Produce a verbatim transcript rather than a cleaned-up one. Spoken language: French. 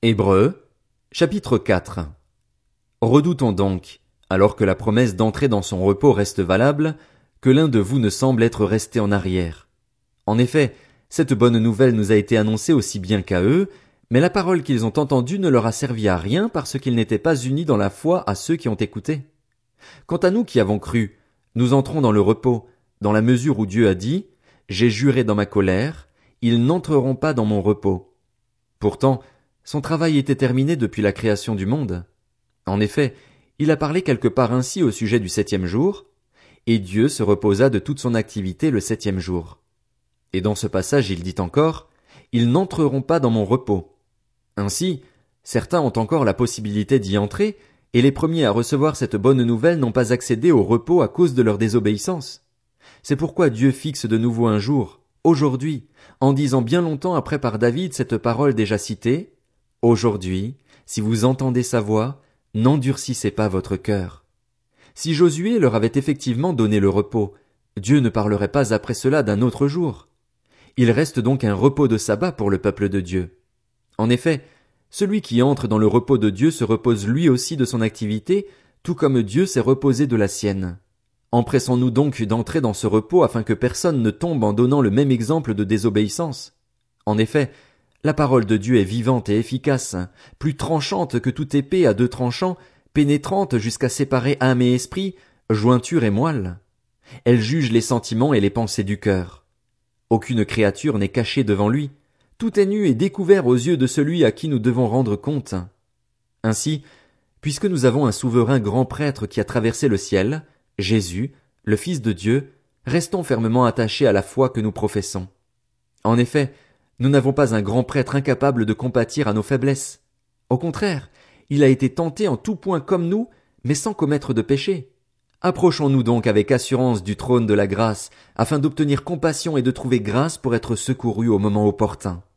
Hébreux, chapitre quatre. Redoutons donc, alors que la promesse d'entrer dans son repos reste valable, que l'un de vous ne semble être resté en arrière. En effet, cette bonne nouvelle nous a été annoncée aussi bien qu'à eux, mais la parole qu'ils ont entendue ne leur a servi à rien parce qu'ils n'étaient pas unis dans la foi à ceux qui ont écouté. Quant à nous qui avons cru, nous entrons dans le repos, dans la mesure où Dieu a dit « J'ai juré dans ma colère, ils n'entreront pas dans mon repos ». Pourtant, son travail était terminé depuis la création du monde. En effet, il a parlé quelque part ainsi au sujet du septième jour, et Dieu se reposa de toute son activité le septième jour. Et dans ce passage il dit encore, ils n'entreront pas dans mon repos. Ainsi, certains ont encore la possibilité d'y entrer, et les premiers à recevoir cette bonne nouvelle n'ont pas accédé au repos à cause de leur désobéissance. C'est pourquoi Dieu fixe de nouveau un jour, aujourd'hui, en disant bien longtemps après par David cette parole déjà citée, « Aujourd'hui, si vous entendez sa voix, n'endurcissez pas votre cœur. » Si Josué leur avait effectivement donné le repos, Dieu ne parlerait pas après cela d'un autre jour. Il reste donc un repos de sabbat pour le peuple de Dieu. En effet, celui qui entre dans le repos de Dieu se repose lui aussi de son activité, tout comme Dieu s'est reposé de la sienne. Empressons-nous donc d'entrer dans ce repos afin que personne ne tombe en donnant le même exemple de désobéissance. En effet, la parole de Dieu est vivante et efficace, plus tranchante que toute épée à deux tranchants, pénétrante jusqu'à séparer âme et esprit, jointure et moelle. Elle juge les sentiments et les pensées du cœur. Aucune créature n'est cachée devant lui. Tout est nu et découvert aux yeux de celui à qui nous devons rendre compte. Ainsi, puisque nous avons un souverain grand prêtre qui a traversé le ciel, Jésus, le Fils de Dieu, restons fermement attachés à la foi que nous professons. En effet, nous n'avons pas un grand prêtre incapable de compatir à nos faiblesses. Au contraire, il a été tenté en tout point comme nous, mais sans commettre de péché. Approchons-nous donc avec assurance du trône de la grâce, afin d'obtenir compassion et de trouver grâce pour être secourus au moment opportun.